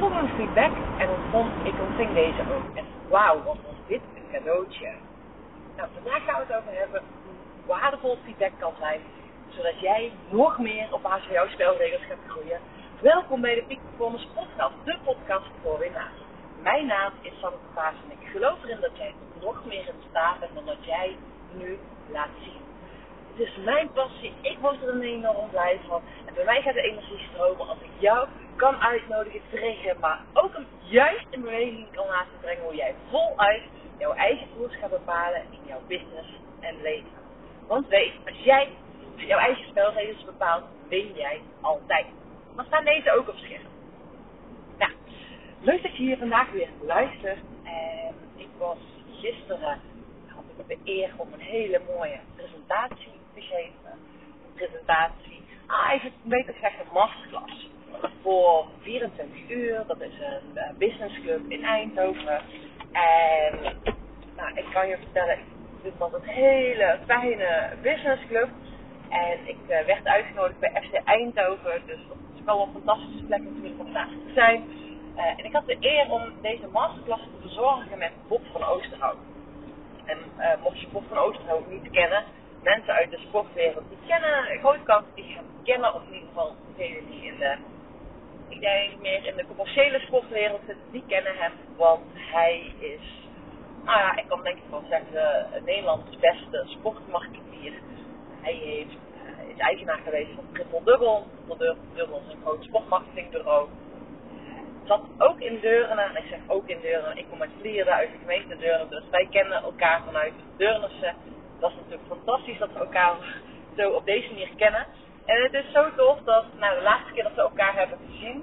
vroeg om feedback en ontving deze ook. En wauw, wat was dit een cadeautje. Nou, vandaag gaan we het over hebben hoe waardevol feedback kan zijn, zodat jij nog meer op basis van jouw spelregels gaat groeien. Welkom bij de Peak Performance Podcast, de podcast voor winnaars. Mijn naam is Sanne Paas en ik geloof erin dat jij nog meer in staat bent dan dat jij nu laat zien. Het is mijn passie, ik word er enorm blij van. En bij mij gaat de energie stromen als ik jou kan uitnodigen, triggeren, maar ook hem juist in beweging kan laten brengen hoe jij voluit jouw eigen koers gaat bepalen in jouw business en leven. Want weet, als jij jouw eigen spelregels bepaalt, win jij altijd. Maar staan deze ook op scherm. Nou, leuk dat je hier vandaag weer luistert. En ik was gisteren, had ik de eer om een hele mooie presentatie te geven. Een presentatie, even beter gezegd een masterclass. Voor 24 uur, dat is een businessclub in Eindhoven. En nou, ik kan je vertellen, ik vind dat een hele fijne businessclub. En ik werd uitgenodigd bij FC Eindhoven, dus dat is wel een fantastische plek natuurlijk om daar te zijn. En ik had de eer om deze masterclass te verzorgen met Bob van Oosterhout. En mocht je Bob van Oosterhout niet kennen, mensen uit de sportwereld die kennen, een grote kans die gaan kennen, of in ieder geval degenen die ik denk meer in de commerciële sportwereld zitten, die kennen hem, want hij is, nou ja, ik kan denk ik wel zeggen, Nederlands beste sportmarketeer. Hij is eigenaar geweest van Triple Double. Triple Double is een groot sportmarketingbureau. Zat ook in Deurne, en ik zeg ook in Deurne, ik kom uit Vlieren uit de gemeente Deurne, dus wij kennen elkaar vanuit Deurnessen. Dat is natuurlijk fantastisch dat we elkaar zo op deze manier kennen. En het is zo tof dat, nou, de laatste keer dat we elkaar hebben gezien,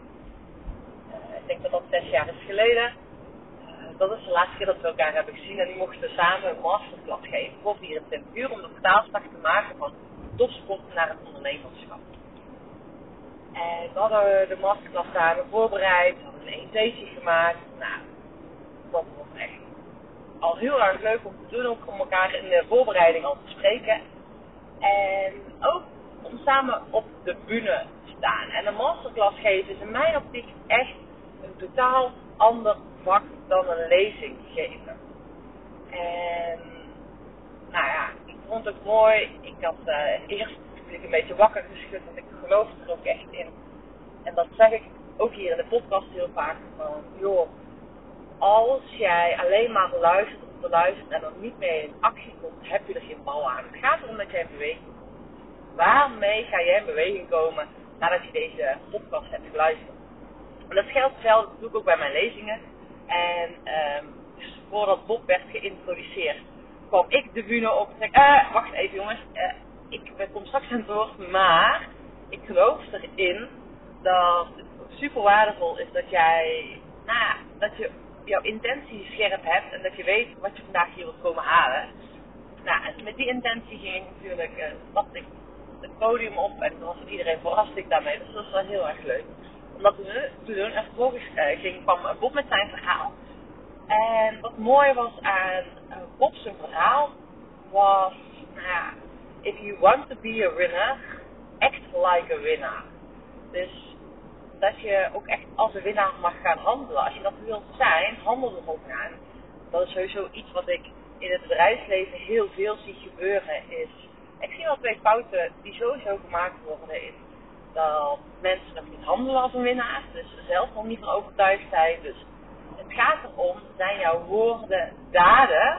ik denk dat dat 6 jaar is geleden, dat is de laatste keer dat we elkaar hebben gezien en nu mochten we samen een masterclass geven voor 24 uur om de vertaalslag te maken van topsport naar het ondernemerschap. En we hadden de masterclass samen voorbereid, we hadden een 1-sessie gemaakt. Nou, dat was echt al heel erg leuk om te doen, ook om elkaar in de voorbereiding al te spreken. En ook om samen op de bühne te staan. En een masterclass geven is in mijn optiek echt een totaal ander vak dan een lezing geven. En nou ja, ik vond het mooi. Ik had eerst natuurlijk een beetje wakker geschud, want ik geloof er ook echt in. En dat zeg ik ook hier in de podcast heel vaak van, joh, als jij alleen maar luistert om te luisteren en er niet mee in actie komt, heb je er geen bal aan. Het gaat erom dat jij in beweging komt. Waarmee ga jij in beweging komen nadat je deze podcast hebt geluisterd? En dat geldt zelf natuurlijk ook bij mijn lezingen. En dus voordat Bob werd geïntroduceerd, kwam ik de bühne op en zei, wacht even jongens, ik kom straks aan het woord, maar ik geloof erin dat het super waardevol is dat jij, dat je jouw intentie scherp hebt en dat je weet wat je vandaag hier wilt komen halen. Nou, en met die intentie ging ik natuurlijk, stapte ik het podium op en toen was het iedereen verrast ik daarmee, dus dat was wel heel erg leuk om dat te doen. En vervolgens kwam Bob met zijn verhaal. En wat mooi was aan Bob zijn verhaal was, if you want to be a winner, act like a winner. Dus dat je ook echt als een winnaar mag gaan handelen. Als je dat wilt zijn, handel erop gaan. Dat is sowieso iets wat ik in het bedrijfsleven heel veel zie gebeuren. Ik zie wel 2 fouten die sowieso gemaakt worden. Is dat mensen nog niet handelen als een winnaar. Dus zelf nog niet van overtuigd zijn. Dus het gaat erom, zijn jouw woorden, daden,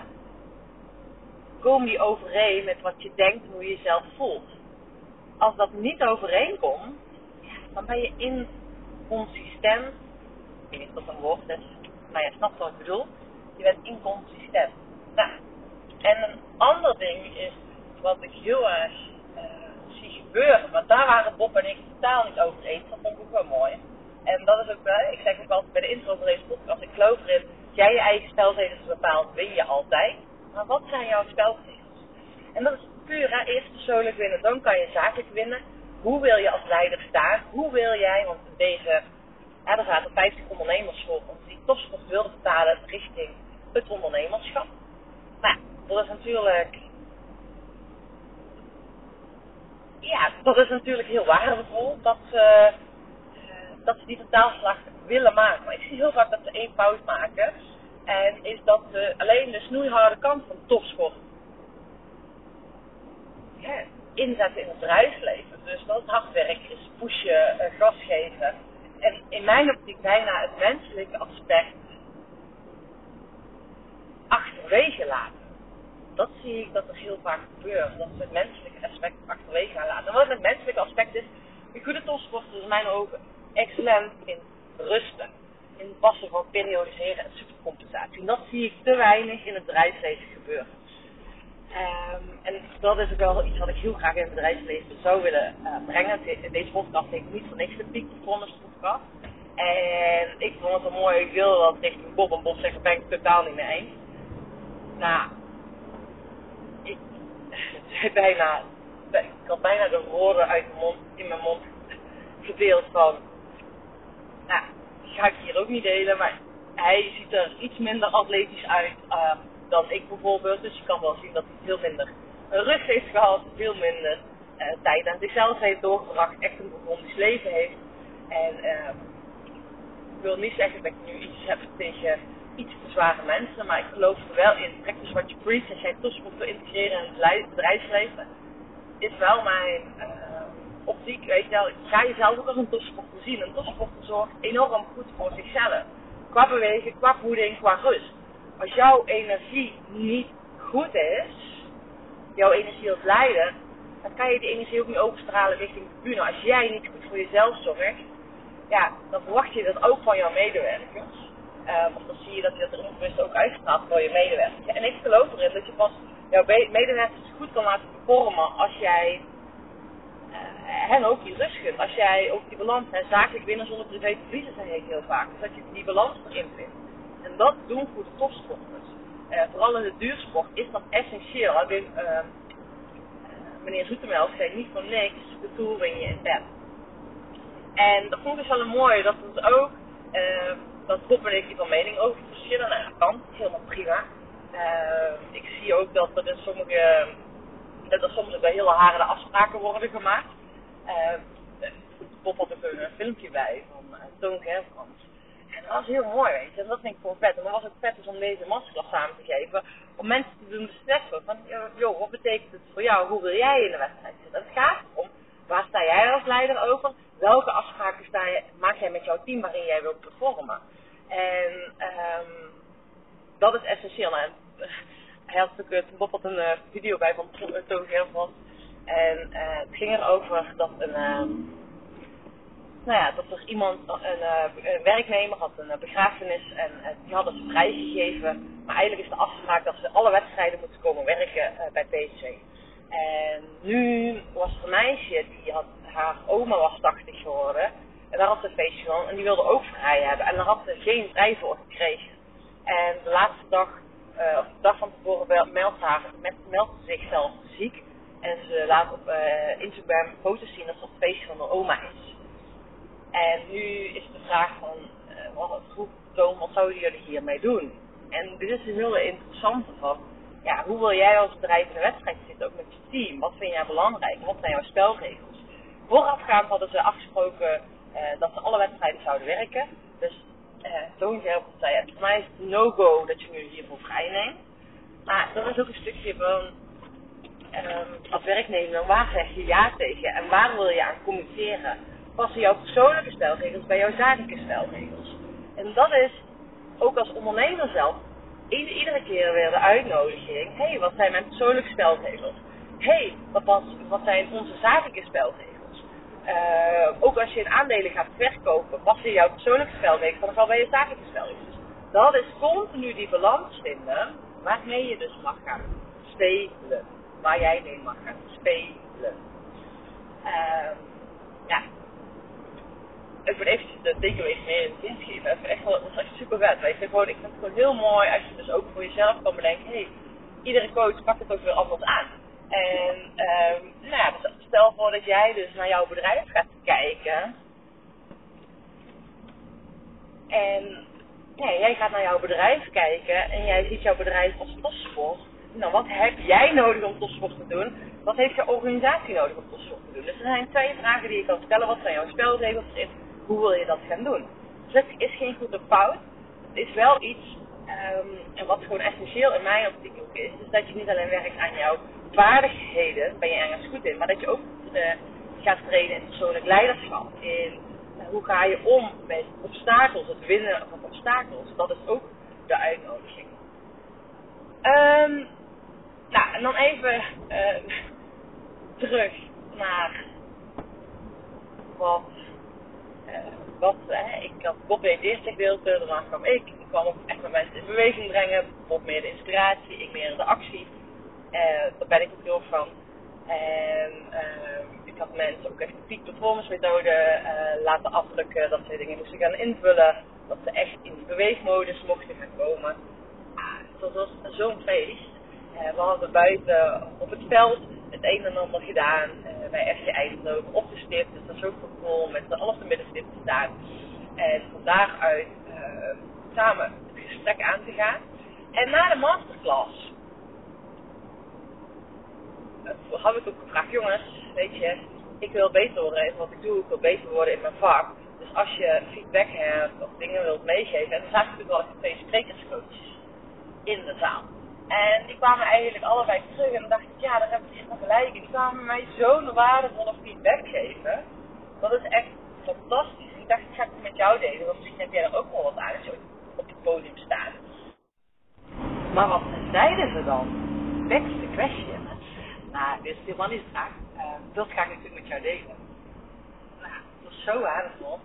komen die overeen met wat je denkt en hoe je jezelf voelt. Als dat niet overeenkomt, dan ben je inconsistent. Ik weet niet of dat een woord is, maar je snapt wat ik bedoel. Je bent inconsistent. Nou, en een ander ding is wat ik heel erg zie gebeuren, maar daar waren Bob en ik totaal niet over eens. Dat vond ik ook wel mooi. En dat is ook, ik zeg ook altijd bij de intro van deze podcast, ik geloof erin, als jij je eigen spelregels bepaalt, win je altijd. Maar wat zijn jouw spelregels? En dat is puur, eerst persoonlijk winnen, dan kan je zakelijk winnen. Hoe wil je als leider staan? Hoe wil jij, want er zaten 50 ondernemers voor ons die topsport wilden betalen richting het ondernemerschap. Nou, dat is natuurlijk, dat is natuurlijk heel waardevol dat ze die vertaalslag willen maken. Maar ik zie heel vaak dat ze één fout maken. En is dat ze alleen de snoeiharde kant van topsport inzetten in het bedrijfsleven. Dus dat het hard werken is, pushen, gas geven. En in mijn optiek bijna het menselijke aspect achterwege laten. Dat zie ik dat er heel vaak gebeurt. Dat ze het menselijke aspect achterwege gaan laten. En wat het menselijke aspect is, een goede topsporter is in mijn ogen excellent in rusten. In het passen van periodiseren en supercompensatie. En dat zie ik te weinig in het bedrijfsleven gebeuren. En dat is ook wel iets wat ik heel graag in het bedrijfsleven zou willen brengen. Deze podcast heet niet voor niks de Peak Performance podcast. En ik vond het wel mooi, ik wilde dat richting Bob. En Bob zegt, daar ben ik het totaal niet mee eens. Nou, ik had bijna de woorden in mijn mond gedeeld van, nou, die ga ik hier ook niet delen, maar hij ziet er iets minder atletisch uit dan ik bijvoorbeeld. Dus je kan wel zien dat hij veel minder rust heeft gehad, veel minder tijd aan zichzelf heeft doorgebracht, echt een performance leven heeft. En ik wil niet zeggen dat ik nu iets heb tegen iets te zware mensen, maar ik geloof er wel in. Practice what you preach. Als jij topsport wil integreren in het bedrijfsleven, is wel mijn optiek, weet je wel. Ga jezelf ook als een topsporter zien. Een topsporter zorgt enorm goed voor zichzelf. Qua bewegen, qua voeding, qua rust. Als jouw energie niet goed is, jouw energie als leider, dan kan je die energie ook niet overstralen richting de bühne. Als jij niet goed voor jezelf zorgt, ja, dan verwacht je dat ook van jouw medewerkers. Want dan zie je dat je dat er onbewust ook uitstraalt voor je medewerkers. En ik geloof erin dat je pas jouw medewerkers goed kan laten performen als jij hen ook die rust gunt. Als jij ook die balans hebt, zakelijk winnen zonder privé te verliezen, zeg ik heel vaak. Dus dat je die balans erin vindt. En dat doen goede topsporters. Vooral in de duursport is dat essentieel. Meneer Zoetemelk zei niet voor niks, de Tour win je in bed. En dat vond ik dus wel mooi, dat het ook, dat Bob en ik die van mening over verschillen. Nou, dat kan, helemaal prima. Ik zie ook dat er soms bij hele harde afspraken worden gemaakt. Bob had ook een filmpje bij van Toon Gerbrand. En dat was heel mooi, weet je. En dat vind ik gewoon vet. En dat was ook vet dus om deze masterclass samen te geven. Om mensen te doen beslechten van, joh, wat betekent het voor jou? Hoe wil jij in de wedstrijd zitten? Het gaat om, waar sta jij als leider over? Welke afspraken maak jij met jouw team waarin jij wilt performen? En dat is essentieel. Nou, hij had natuurlijk, Bob had een video bij van Toon Gerbrand. En het ging erover dat dat er iemand, een werknemer had een begrafenis en die hadden ze vrijgegeven. Maar eigenlijk is de afspraak dat ze alle wedstrijden moeten komen werken bij PSV. En nu was er een meisje, haar oma was 80 geworden. En daar had ze een feestje van en die wilde ook vrij hebben. En daar had ze geen vrij voor gekregen. En de laatste dag, of de dag van tevoren, meldt ze zichzelf ziek. En ze laat op Instagram foto's zien dat ze op het feestje van de oma is. En nu is de vraag van, wat zouden jullie hiermee doen? En dit is een hele interessante van, ja, hoe wil jij als bedrijf in de wedstrijd zitten, ook met je team? Wat vind jij belangrijk? Wat zijn jouw spelregels? Voorafgaand hadden ze afgesproken dat ze alle wedstrijden zouden werken. Dus Toon Gerbrand zei, voor mij is het no-go dat je nu hiervoor vrij neemt. Maar dat is ook een stukje van, als werknemer, waar zeg je ja tegen en waar wil je aan communiceren? Passen jouw persoonlijke spelregels bij jouw zakelijke spelregels? En dat is ook als ondernemer zelf iedere keer weer de uitnodiging. Hé, wat zijn mijn persoonlijke spelregels? Hé, wat zijn onze zakelijke spelregels? Ook als je in aandelen gaat verkopen, passen jouw persoonlijke spelregels dan wel bij je zakelijke spelregels? Dat is continu die balans vinden waarmee je dus mag gaan spelen. Waar jij mee mag gaan spelen. Ik wil eventjes de takeaways mee in het ingeven. Dat is echt super vet. Ik vind het gewoon heel mooi als je dus ook voor jezelf kan bedenken. Hey, iedere coach pakt het ook weer anders aan. En dus stel voor dat jij dus naar jouw bedrijf gaat kijken. En jij gaat naar jouw bedrijf kijken en jij ziet jouw bedrijf als topsport. Nou, wat heb jij nodig om topsport te doen? Wat heeft je organisatie nodig om topsport te doen? Dus er zijn 2 vragen die je kan stellen. Wat zijn jouw spelregels? Hoe wil je dat gaan doen? Dyslexie is geen goed of fout. Het is wel iets, en wat gewoon essentieel in mijn optiek ook is dat je niet alleen werkt aan jouw vaardigheden, ben je ergens goed in, maar dat je ook gaat trainen in persoonlijk leiderschap. In hoe ga je om met obstakels, het winnen van obstakels. Dat is ook de uitnodiging. Nou, en dan even terug naar ik had Bob deed het eerste gedeelte, daarna kwam ik kwam ook echt met mensen in beweging brengen. Bob meer de inspiratie, ik meer de actie. Daar ben ik ook heel van. En ik had mensen ook echt de peak performance methode laten afdrukken, dat ze dingen moesten gaan invullen, dat ze echt in die beweegmodus mochten gaan komen. Het was zo'n feest. We hadden buiten op het veld het een en ander gedaan bij FC Eindhoven op de stip, dus dat is ook cool met z'n allen op de middenstip te staan. En van daaruit samen het gesprek aan te gaan. En na de masterclass had ik ook gevraagd, jongens, weet je, ik wil beter worden in wat ik doe, ik wil beter worden in mijn vak. Dus als je feedback hebt of dingen wilt meegeven, en dan zagen natuurlijk wel even 2 sprekerscoaches in de zaal. En die kwamen eigenlijk allebei terug en dan dacht ik, ja, daar heb ik helemaal gelijk. Die kwamen mij zo'n waardevolle feedback geven. Dat is echt fantastisch. Ik dacht, ik ga het met jou delen, want misschien heb jij er ook wel wat aan als je op het podium staat. Maar wat zeiden ze dan? That's the question. Nou, dit is helemaal niet de vraag. Dat ga ik natuurlijk met jou delen. Nou, dat is zo waardevol.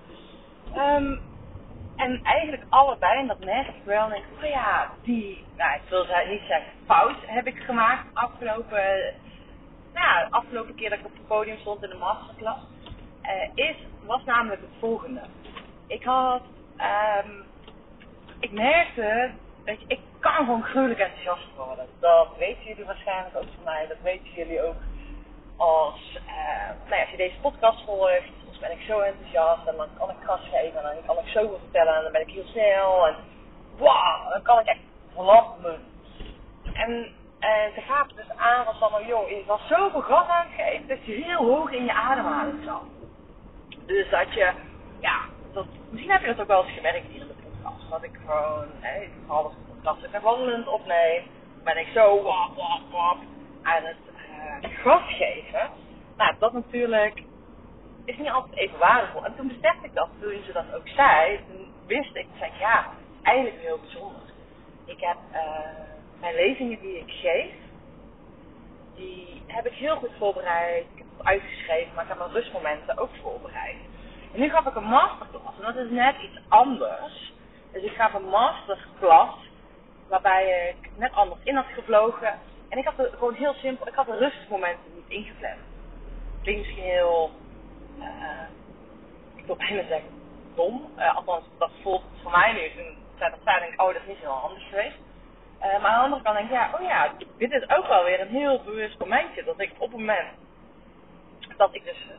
En eigenlijk allebei, en dat merk ik wel, en denk ik, oh ja, ik wil niet zeggen fout heb ik gemaakt afgelopen keer dat ik op het podium stond in de masterclass, was namelijk het volgende. Ik merkte, weet je, ik kan gewoon gruwelijk enthousiast worden. Dat weten jullie waarschijnlijk ook van mij, dat weten jullie ook als je deze podcast volgt. Ben ik zo enthousiast en dan kan ik gas geven en dan kan ik zoveel vertellen en dan ben ik heel snel en wauw, dan kan ik echt vlammen. En ze gaven dus aan van joh, je was zoveel gas aan het geven dat je heel hoog in je ademhaling zat. Dus dat je, misschien heb je dat ook wel eens gemerkt hier in de podcast, dat ik gewoon, vooral als ik de podcast ook wandelend opneem, ben ik zo wap aan het gas geven. Nou, dat natuurlijk is niet altijd even waardevol. En toen besefte ik dat, toen ze dat ook zei, toen wist ik, eigenlijk heel bijzonder. Ik heb mijn lezingen die ik geef, die heb ik heel goed voorbereid. Ik heb het uitgeschreven, maar ik heb mijn rustmomenten ook voorbereid. En nu gaf ik een masterclass en dat is net iets anders. Dus ik gaf een masterclass waarbij ik net anders in had gevlogen. En ik had er gewoon heel simpel, ik had de rustmomenten niet ingepland. Klinkt misschien heel... ik wil bijna zeggen dom, althans dat voelt voor mij nu. Toen zei dat denk ik, dat is niet heel handig geweest. Maar aan de andere kant denk ik, dit is ook wel weer een heel bewust momentje. Dat ik op het moment dat ik dus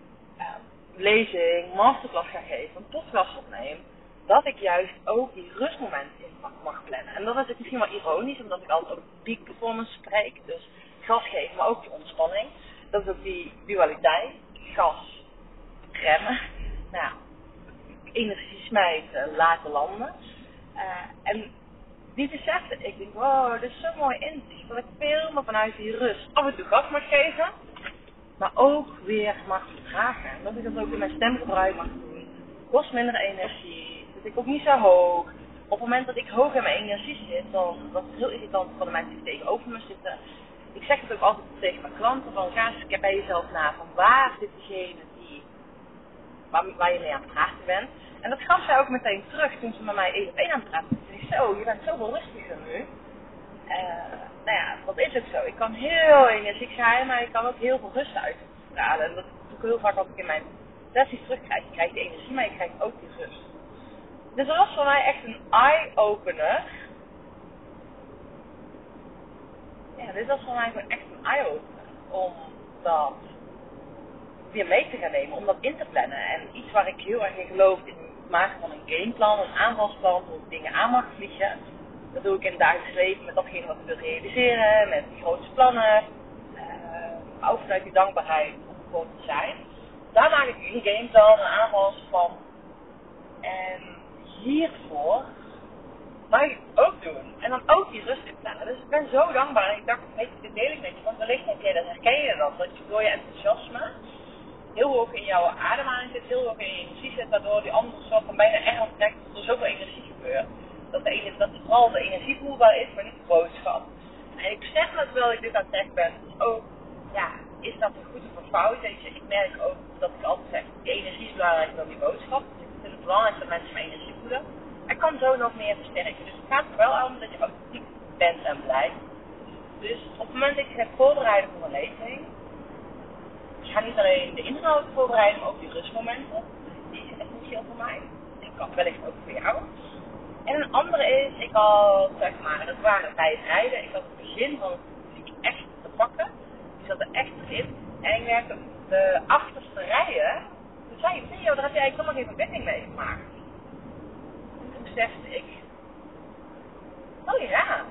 lezing, masterclass ga geven, een podcast opneem, dat ik juist ook die rustmomenten in mag plannen. En dat is misschien wel ironisch, omdat ik altijd over peak performance spreek. Dus gas geven, maar ook die ontspanning. Dat is ook die dualiteit, gas, remmen, energie smijten, laten landen. En die besefte, ik denk, wow, dit is zo'n mooi inzicht. Dat ik veel meer vanuit die rust af en toe gas mag geven, maar ook weer mag vertragen. En dat ik dat ook in mijn stemgebruik mag doen. Kost minder energie, zit ik ook niet zo hoog. Op het moment dat ik hoog in mijn energie zit, dan dat is heel irritant voor de mensen die tegenover me zitten. Ik zeg het ook altijd tegen mijn klanten, van ga eens bij jezelf na, van waar zit degene waar je mee aan het praten bent. En dat gaf zij ook meteen terug toen ze met mij 1 op 1 aan het praten was. Ik zei, zo, je bent zoveel rustiger nu. Dat is ook zo. Ik kan heel energiek zijn, maar ik kan ook heel veel rust uitstralen. En dat is ook heel vaak wat ik in mijn sessies terugkrijg. Je krijgt de energie, maar je krijgt ook die rust. Dus dat was voor mij echt een eye-opener. Ja, dit was voor mij gewoon echt een eye-opener. Om dat weer mee te gaan nemen, om dat in te plannen. En iets waar ik heel erg in geloof, is het maken van een gameplan, een aanvalsplan, hoe ik dingen aan mag vliegen. Dat doe ik in het dagelijks leven met datgene wat ik wil realiseren, met die grote plannen. Maar ook vanuit die dankbaarheid om gewoon te zijn. Daar maak ik een gameplan, een aanvalsplan. En hiervoor mag ik het ook doen. En dan ook die rust inplannen. Dus ik ben zo dankbaar. En ik dacht, weet je, dit deel ik met je. Want wellicht heb jij dat, herken je dat. Dat je door je enthousiasme heel hoog in jouw ademhaling zit, heel hoog in je energie zit. Waardoor die andere soort van bijna erg trekt dat er zoveel energie gebeurt. Dat vooral de energie voelbaar is, maar niet de boodschap. En ik zeg dat terwijl ik dit aan het zeggen ben. Ook, ja, is dat een goed of een fout? Weet je, ik merk ook dat ik altijd zeg, die energie is belangrijker dan die boodschap. Dus ik vind het belangrijk dat mensen mijn energie voelen. En kan zo nog meer versterken. Dus het gaat er wel om dat je authentiek bent en blijft. Dus op het moment dat je gaat voorbereiden voor een lezing, ik ga niet alleen de inhoud voorbereiden, maar ook die rustmomenten. Die is essentieel voor mij. En kan wellicht ook voor jou. En een andere is, ik had, zeg maar, dat waren bij het rijden, ik had het begin van het muziek echt te pakken. Die zat er echt in. En ik merkte de achterste rijen, toen zei je, Theo, daar heb jij eigenlijk helemaal geen verbinding mee gemaakt. En toen besefte ik, oh ja,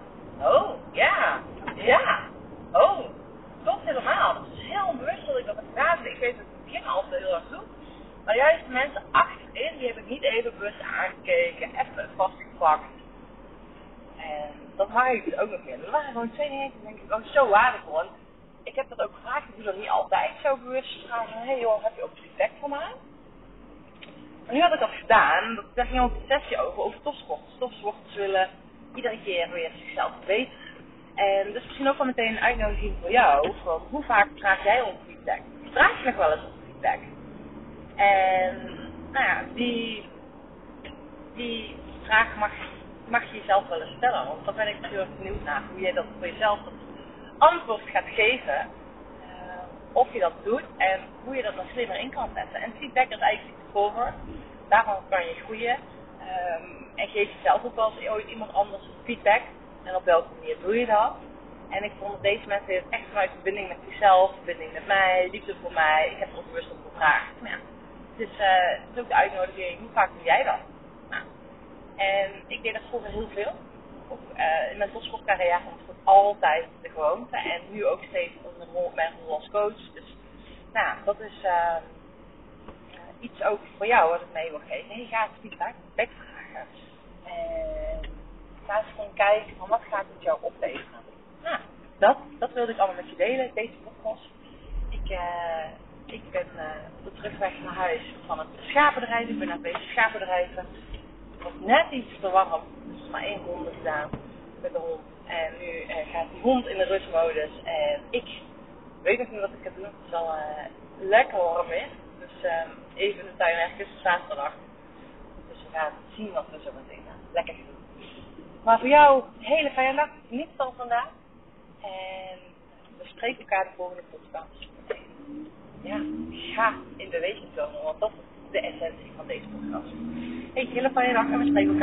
klopt helemaal. Dat is heel onbewust dat ik dat heb gedaan. Ik weet het in het begin altijd heel erg goed. Maar juist de mensen achterin, die heb ik niet even bewust aangekeken, even vastgepakt. En dat maak ik dus ook nog meer. Er waren gewoon twee dingen, denk ik, oh, zo waardevol. En ik heb dat ook gevraagd, ik doe dat niet altijd zo bewust. Vragen, hey joh, heb je ook feedback voor mij? Maar nu had ik dat gedaan, daar ging ook een sessie over topsporters. Topsporters willen iedere keer weer zichzelf verbeteren. En dus misschien ook wel meteen een uitnodiging voor jou, van hoe vaak vraag jij om feedback? Vraag je nog wel eens om feedback? En nou ja, die vraag mag je jezelf wel eens stellen. Want dan ben ik natuurlijk benieuwd naar hoe je dat voor jezelf dat antwoord gaat geven. Of je dat doet en hoe je dat dan slimmer in kan zetten. En feedback is eigenlijk iets voor. Daarvan kan je groeien. En geef jezelf ook wel eens ooit iemand anders feedback. En op welke manier doe je dat? En ik vond dat deze mensen het echt vanuit verbinding met zichzelf, verbinding met mij, liefde voor mij. Ik heb er ook bewust op gevraagd. Maar ja, het is ook de uitnodiging, hoe vaak doe jij dat? Nou, en ik deed dat vroeger heel veel. In mijn topsportcarrière vond ik dat altijd de gewoonte. En nu ook steeds onder mijn rol als coach. Dus nou, dat is iets ook voor jou wat ik mee wil geven. Hey, ga eens feedback vragen. En ga eens gewoon kijken van wat gaat het jou opleveren. Nou, dat wilde ik allemaal met je delen, deze podcast. Ik ben op de terugweg naar huis van het schapenbedrijf. Ik ben naar deze schapenbedrijven. Het was net iets te warm, dus er is maar 1 ronde gedaan met de hond. En nu gaat die hond in de rustmodus. En ik weet nog niet wat ik ga doen. Het is al lekker warm weer. Dus even de tuin ergens zaterdag. Dus we gaan zien wat we zo meteen lekker gaan doen. Maar voor jou een hele fijne dag. Geniet van vandaag. En we spreken elkaar de volgende podcast. Ja, ga in beweging komen. Want dat is de essentie van deze podcast. Hey, hele fijne dag en we spreken elkaar.